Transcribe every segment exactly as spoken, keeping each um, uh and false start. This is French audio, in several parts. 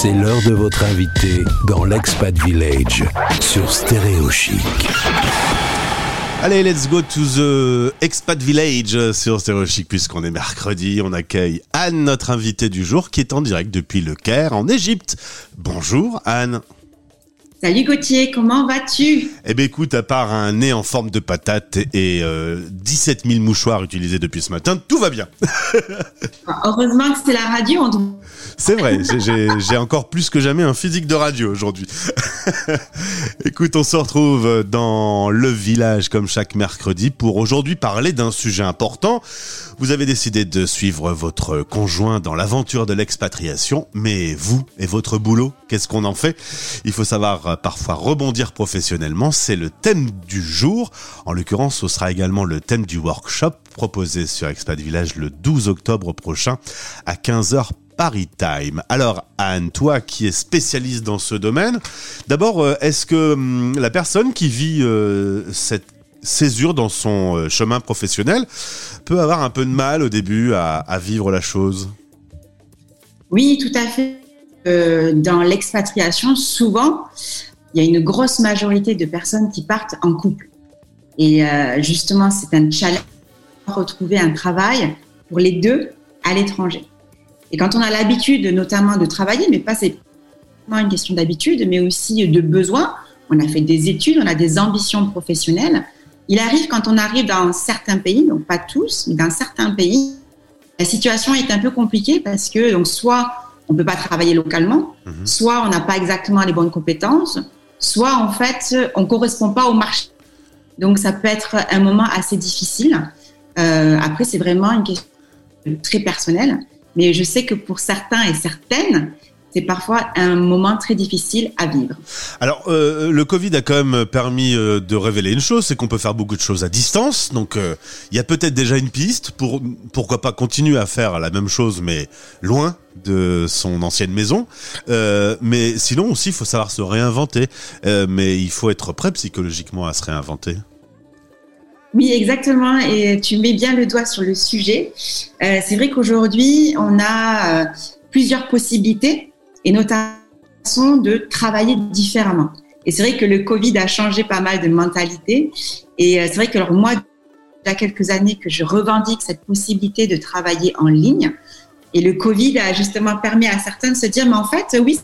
C'est l'heure de votre invité dans l'Expat Village sur Stéréo Chic. Allez, let's go to the Expat Village sur Stéréo Chic. Puisqu'on est mercredi, on accueille Anne, notre invitée du jour, qui est en direct depuis Le Caire, en Égypte. Bonjour Anne. Salut Gauthier, comment vas-tu ? Eh bien écoute, à part un nez en forme de patate et euh, dix-sept mille mouchoirs utilisés depuis ce matin, tout va bien. Heureusement que c'est la radio. On... C'est vrai, j'ai, j'ai, j'ai encore plus que jamais un physique de radio aujourd'hui. Écoute, on se retrouve dans le village comme chaque mercredi pour aujourd'hui parler d'un sujet important. Vous avez décidé de suivre votre conjoint dans l'aventure de l'expatriation, mais vous et votre boulot, qu'est-ce qu'on en fait ? Il faut savoir parfois rebondir professionnellement, c'est le thème du jour. En l'occurrence, ce sera également le thème du workshop proposé sur Expat Village le douze octobre prochain à quinze heures Paris Time. Alors Anne, toi qui es spécialiste dans ce domaine, d'abord, est-ce que hum, la personne qui vit euh, cette césure dans son euh, chemin professionnel peut avoir un peu de mal au début à, à vivre la chose ? Oui, tout à fait. Euh, dans l'expatriation, souvent, il y a une grosse majorité de personnes qui partent en couple. Et euh, justement, c'est un challenge de retrouver un travail pour les deux à l'étranger. Et quand on a l'habitude, notamment, de travailler, mais pas c'est pas une question d'habitude, mais aussi de besoin, on a fait des études, on a des ambitions professionnelles. Il arrive, quand on arrive dans certains pays, donc pas tous, mais dans certains pays, la situation est un peu compliquée parce que donc, soit on ne peut pas travailler localement, mmh. soit on n'a pas exactement les bonnes compétences, soit en fait, on ne correspond pas au marché. Donc, ça peut être un moment assez difficile. Euh, après, c'est vraiment une question très personnelle. Mais je sais que pour certains et certaines, c'est parfois un moment très difficile à vivre. Alors, euh, le Covid a quand même permis euh, de révéler une chose, c'est qu'on peut faire beaucoup de choses à distance. Donc, il euh, y a peut-être déjà une piste pour, pourquoi pas continuer à faire la même chose, mais loin de son ancienne maison. Euh, mais sinon aussi, il faut savoir se réinventer. Euh, mais il faut être prêt psychologiquement à se réinventer. Oui, exactement. Et tu mets bien le doigt sur le sujet. Euh, c'est vrai qu'aujourd'hui, on a euh, plusieurs possibilités et notamment de travailler différemment. Et c'est vrai que le Covid a changé pas mal de mentalité. Et euh, c'est vrai que alors, moi, il y a quelques années que je revendique cette possibilité de travailler en ligne. Et le Covid a justement permis à certains de se dire, mais en fait, oui,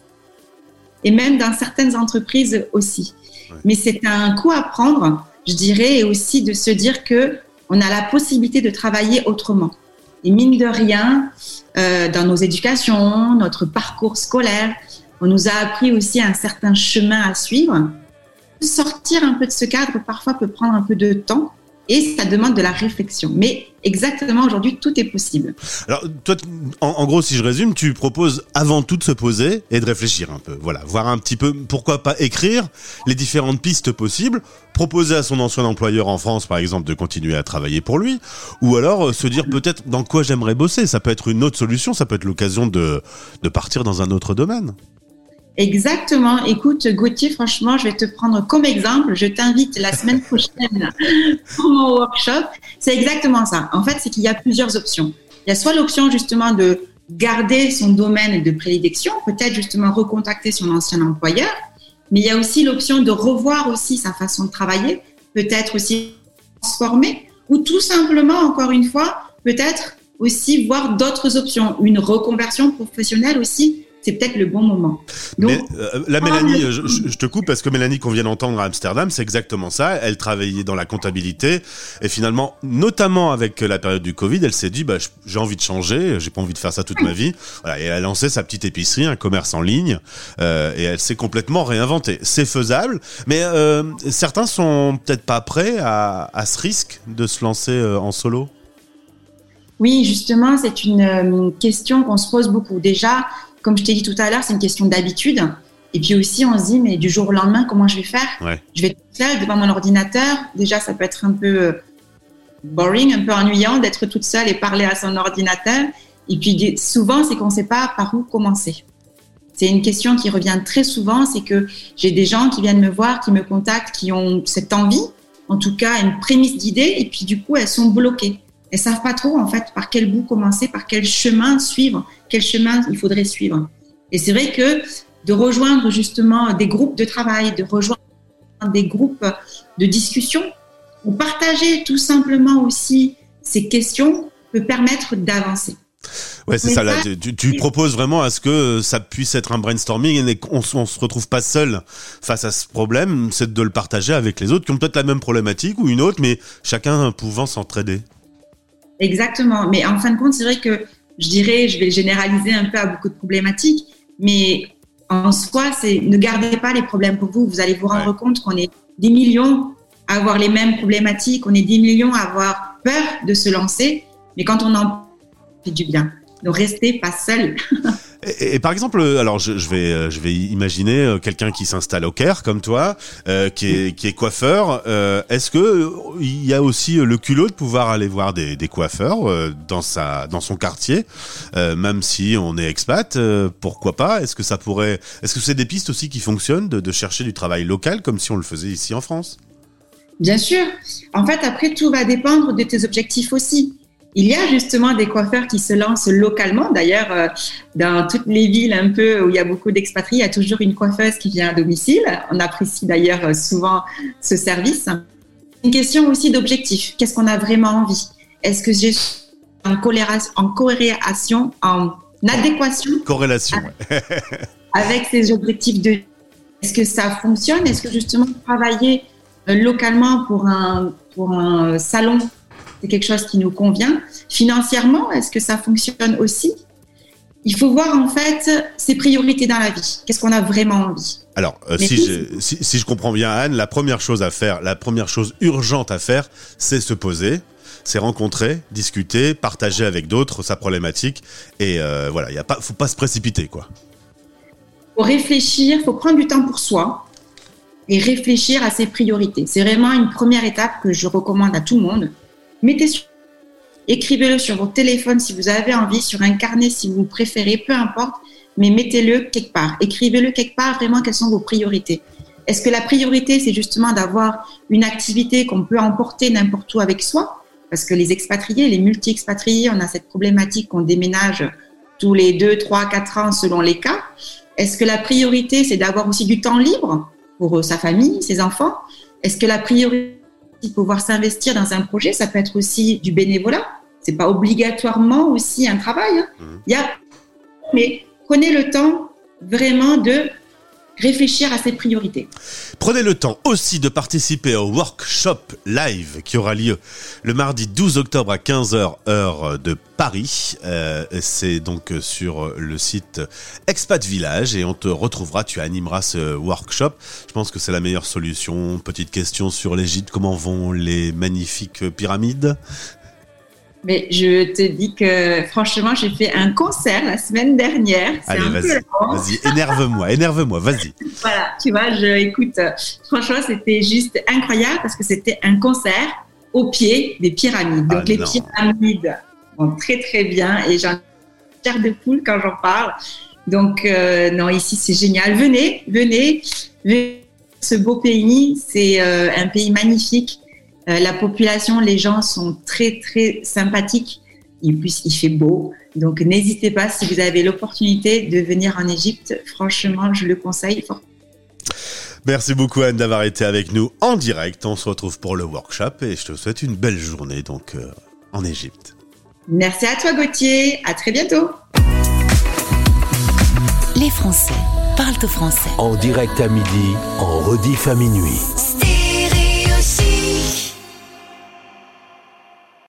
et même dans certaines entreprises aussi. Ouais. Mais c'est un coup à prendre, je dirais, et aussi de se dire que on a la possibilité de travailler autrement. Et mine de rien, euh, dans nos éducations, notre parcours scolaire, on nous a appris aussi un certain chemin à suivre. Sortir un peu de ce cadre, parfois, peut prendre un peu de temps et ça demande de la réflexion. Mais exactement, aujourd'hui, tout est possible. Alors, toi, en, en gros, si je résume, tu proposes avant tout de se poser et de réfléchir un peu. Voilà, voir un petit peu, pourquoi pas écrire les différentes pistes possibles, proposer à son ancien employeur en France, par exemple, de continuer à travailler pour lui, ou alors euh, se dire peut-être dans quoi j'aimerais bosser. Ça peut être une autre solution, ça peut être l'occasion de, de partir dans un autre domaine. Exactement. Écoute, Gauthier, franchement, je vais te prendre comme exemple. Je t'invite la semaine prochaine pour mon workshop. C'est exactement ça. En fait, c'est qu'il y a plusieurs options. Il y a soit l'option justement de garder son domaine de prédilection, peut-être justement recontacter son ancien employeur, mais il y a aussi l'option de revoir aussi sa façon de travailler, peut-être aussi transformer, ou tout simplement, encore une fois, peut-être aussi voir d'autres options. Une reconversion professionnelle aussi, c'est peut-être le bon moment. Donc, Mais, euh, la Mélanie, je, je te coupe parce que Mélanie qu'on vient d'entendre à Amsterdam, c'est exactement ça. Elle travaillait dans la comptabilité et finalement, notamment avec la période du Covid, elle s'est dit bah, j'ai envie de changer, j'ai pas envie de faire ça toute ma vie. Voilà, et elle a lancé sa petite épicerie, un commerce en ligne euh, et elle s'est complètement réinventée. C'est faisable, mais euh, certains sont peut-être pas prêts à, à ce risque de se lancer euh, en solo. Oui, justement, c'est une euh, question qu'on se pose beaucoup. Déjà, comme je t'ai dit tout à l'heure, c'est une question d'habitude. Et puis aussi, on se dit, mais du jour au lendemain, comment je vais faire ? Ouais. Je vais être toute seule devant mon ordinateur. Déjà, ça peut être un peu boring, un peu ennuyant d'être toute seule et parler à son ordinateur. Et puis, souvent, c'est qu'on ne sait pas par où commencer. C'est une question qui revient très souvent, c'est que j'ai des gens qui viennent me voir, qui me contactent, qui ont cette envie, en tout cas une prémisse d'idée, et puis du coup, elles sont bloquées. Elles savent pas trop, en fait, par quel bout commencer, par quel chemin suivre, quel chemin il faudrait suivre. Et c'est vrai que de rejoindre justement des groupes de travail, de rejoindre des groupes de discussion, ou partager tout simplement aussi ces questions peut permettre d'avancer. Ouais, c'est Mais ça. Là, tu, tu proposes vraiment à ce que ça puisse être un brainstorming et qu'on on se retrouve pas seul face à ce problème, c'est de le partager avec les autres qui ont peut-être la même problématique ou une autre, mais chacun pouvant s'entraider. Exactement. Mais en fin de compte, c'est vrai que je dirais, je vais généraliser un peu à beaucoup de problématiques, mais en soi, c'est ne gardez pas les problèmes pour vous. Vous allez vous rendre ouais. compte qu'on est des millions à avoir les mêmes problématiques, on est des millions à avoir peur de se lancer, mais quand on en fait du bien. Donc, restez pas seul. et, et par exemple, alors je, je vais, je vais imaginer quelqu'un qui s'installe au Caire comme toi, euh, qui est, qui est coiffeur. Euh, est-ce que il y a aussi le culot de pouvoir aller voir des, des coiffeurs euh, dans sa, dans son quartier, euh, même si on est expat, euh, pourquoi pas? Est-ce que ça pourrait, est-ce que c'est des pistes aussi qui fonctionnent de, de chercher du travail local comme si on le faisait ici en France? Bien sûr. En fait, après, tout va dépendre de tes objectifs aussi. Il y a justement des coiffeurs qui se lancent localement. D'ailleurs, euh, dans toutes les villes un peu où il y a beaucoup d'expatriés, il y a toujours une coiffeuse qui vient à domicile. On apprécie d'ailleurs souvent ce service. Une question aussi d'objectif. Qu'est-ce qu'on a vraiment envie? Est-ce que j'ai en corrélation, en, corrélation, en adéquation corrélation, avec, avec ces objectifs de vie? Est-ce que ça fonctionne? Est-ce que justement travailler localement pour un, pour un salon, c'est quelque chose qui nous convient? Financièrement, est-ce que ça fonctionne aussi? Il faut voir en fait ses priorités dans la vie. Qu'est-ce qu'on a vraiment envie? Alors, euh, si, je, si, si je comprends bien, Anne, la première chose à faire, la première chose urgente à faire, c'est se poser, c'est rencontrer, discuter, partager avec d'autres sa problématique. Et euh, voilà, il y a pas, faut pas se précipiter, quoi. Faut réfléchir, faut prendre du temps pour soi et réfléchir à ses priorités. C'est vraiment une première étape que je recommande à tout le monde. Mettez sur, écrivez-le sur votre téléphone si vous avez envie, sur un carnet si vous préférez, peu importe, mais mettez-le quelque part. Écrivez-le quelque part vraiment quelles sont vos priorités. Est-ce que la priorité, c'est justement d'avoir une activité qu'on peut emporter n'importe où avec soi? Parce que les expatriés, les multi-expatriés, on a cette problématique qu'on déménage tous les deux, trois, quatre ans selon les cas. Est-ce que la priorité, c'est d'avoir aussi du temps libre pour sa famille, ses enfants? Est-ce que la priorité, c'est de pouvoir s'investir dans un projet? Ça peut être aussi du bénévolat. C'est pas obligatoirement aussi un travail. Hein. Mmh. Il y a, mais prenez le temps vraiment de réfléchir à ses priorités. Prenez le temps aussi de participer au workshop live qui aura lieu le mardi douze octobre à quinze heures heure de Paris. Euh, c'est donc sur le site Expat Village et on te retrouvera, tu animeras ce workshop. Je pense que c'est la meilleure solution. Petite question sur l'Égypte, comment vont les magnifiques pyramides ? Mais je te dis que franchement, j'ai fait un concert la semaine dernière. C'est Allez, un vas-y, peu vas-y, énerve-moi, énerve-moi, vas-y. Voilà, tu vois, je, écoute, franchement, c'était juste incroyable parce que c'était un concert au pied des pyramides. Donc, ah, les non. pyramides vont très, très bien et j'en ai chair de poule quand j'en parle. Donc, euh, non, ici, c'est génial. Venez, venez, venez. Ce beau pays, c'est euh, un pays magnifique. Euh, la population, les gens sont très, très sympathiques. Et puis, il fait beau. Donc, n'hésitez pas, si vous avez l'opportunité de venir en Égypte. Franchement, je le conseille. Merci beaucoup, Anne, d'avoir été avec nous en direct. On se retrouve pour le workshop et je te souhaite une belle journée donc euh, en Égypte. Merci à toi, Gauthier. À très bientôt. Les Français parlent au français. En direct à midi, en rediff à minuit.